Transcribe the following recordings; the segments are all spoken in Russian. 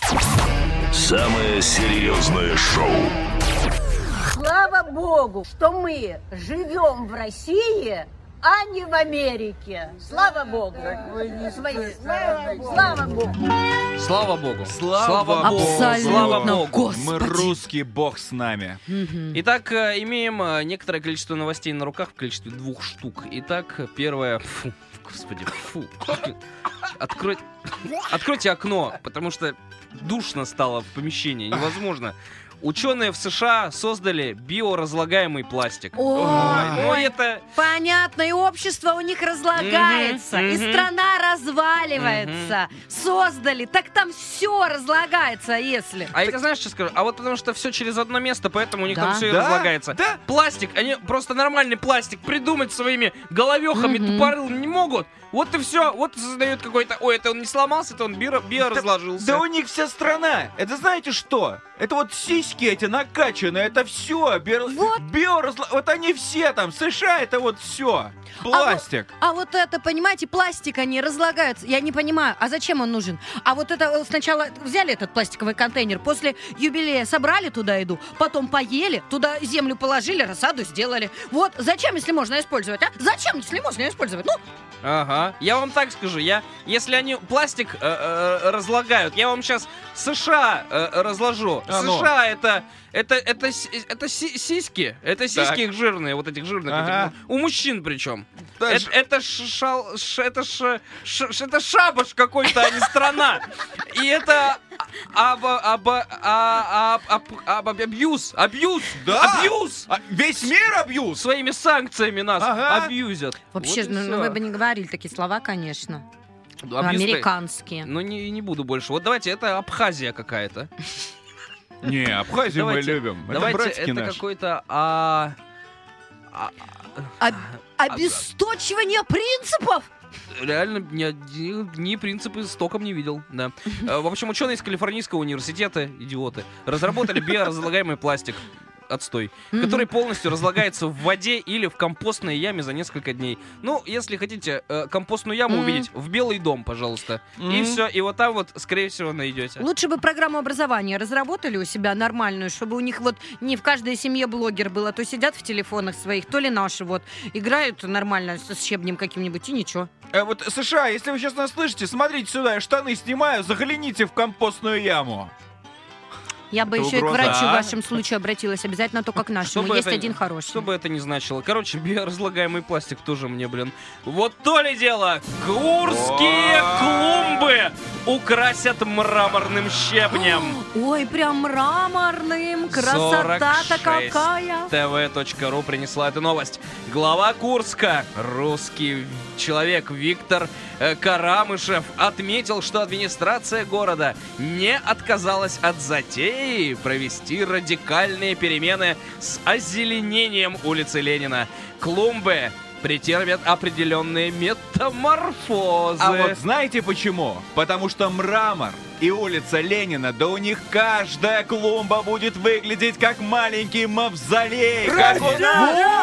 Самое серьезное шоу. Слава Богу, что мы живем в России, а не в Америке. Слава Богу. Слава Богу. Слава Богу. Слава Богу. Абсолютно. Слава Богу. Господи. Мы русские, Бог с нами. Итак, имеем некоторое количество новостей на руках в количестве 2 штук. Итак, первое... Фу, господи, фу. Откройте окно, потому что душно стало в помещении. Невозможно. Ученые в США создали биоразлагаемый пластик. Ой, это... понятно, и общество у них разлагается, и страна разваливается. Создали, так там все разлагается, если. А я знаешь, что скажу? А вот потому что все через одно место, поэтому у них Да. там все и Да? разлагается. Да. Пластик, они просто нормальный пластик придумать своими головехами тупорылыми не могут. Вот и все. Вот создают какой-то... Ой, это он не сломался, это он биоразложился. Да у них вся страна. Это знаете что? Это вот сиськи эти накачанные, это все. Вот они все там. США это вот все. Пластик. А вот это, понимаете, пластик, они разлагаются. Я не понимаю, а зачем он нужен? А вот это сначала взяли этот пластиковый контейнер, после юбилея собрали туда еду, потом поели, туда землю положили, рассаду сделали. Вот зачем, если можно использовать, а? Зачем, если можно использовать? Ну, Ага. Я вам так скажу, если они пластик разлагают, я вам сейчас США разложу. США это сиськи, это сиськи их жирные, вот этих жирных, Ага. у мужчин причем. Да Это шабаш какой-то, а не страна. И это абьюз. Да. Абьюз. Весь мир абьюз. Своими санкциями нас Ага. абьюзят. вообще, Вот и ну всё. вы бы не говорили такие слова, конечно. Абьюз- Американские. Ну, не буду больше. Вот давайте, это Абхазия какая-то. Не, Абхазию мы Давайте- любим. Это Давайте, братики это наши. какой-то... Обесточивание принципов? Реально, ни принципы с током не видел, да. В общем, ученые из Калифорнийского университета, идиоты, разработали биоразлагаемый пластик. Отстой, который полностью разлагается в воде или в компостной яме за несколько дней. Ну, если хотите компостную яму увидеть, в Белый дом, пожалуйста. И все, и вот там вот, скорее всего, найдете. Лучше бы программу образования разработали у себя нормальную, чтобы у них вот не в каждой семье блогер был, а то сидят в телефонах своих, то ли наши вот играют нормально с щебнем каким-нибудь и ничего. Вот США, если вы сейчас нас слышите, смотрите сюда, я штаны снимаю, загляните в компостную яму. Я бы Это еще и к угроза, врачу а? в вашем случае обратилась, обязательно только к нашему. Чтобы Есть это- один хороший. Что бы это ни значило. Короче, биоразлагаемый пластик тоже мне, блин. Вот то ли дело! Курские клумбы украсят мраморным щебнем. Ой, прям мраморным, красота-то 46 какая! tv.ru принесла эту новость. Глава Курска, русский человек Виктор Карамышев, отметил, что администрация города не отказалась от затеи провести радикальные перемены с озеленением улицы Ленина. Клумбы претерпят определенные метаморфозы. А вот знаете почему? Потому что мрамор и улица Ленина, да у них каждая клумба будет выглядеть как маленький мавзолей. Как у нас.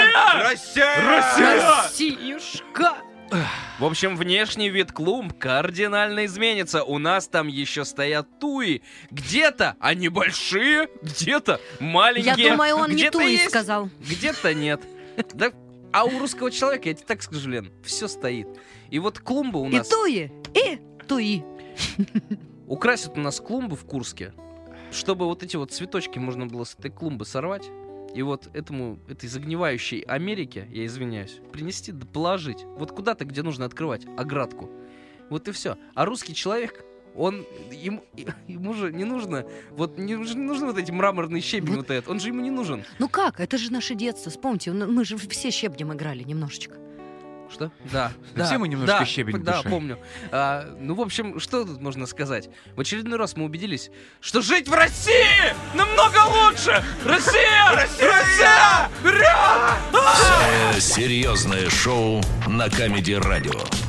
Россия! Россиюшка! В общем, внешний вид клумб кардинально изменится. У нас там еще стоят туи. Где-то они большие, где-то маленькие. Я думаю, он не где-то туи есть, сказал. где-то нет. Да, а у русского человека, я тебе так скажу, Лен, все стоит. И вот клумбы у И нас... туи, и туи. Украсят у нас клумбы в Курске, чтобы вот эти вот цветочки можно было с этой клумбы сорвать. И вот этой загнивающей Америке, я извиняюсь, принести да положить. Вот куда-то, где нужно открывать оградку. Вот и все. А русский человек, ему же не нужно, не нужны вот эти мраморные щебень вот этот. Он же ему не нужен. Ну как? Это же наше детство. Вспомните, мы же все щебнем играли немножечко. Что? Да. Все мы немножко щебень в Да, душе. помню. Ну, в общем, что тут можно сказать? В очередной раз мы убедились, что жить в России намного лучше! Россия! Россия! Самое серьезное шоу на Камеди Радио.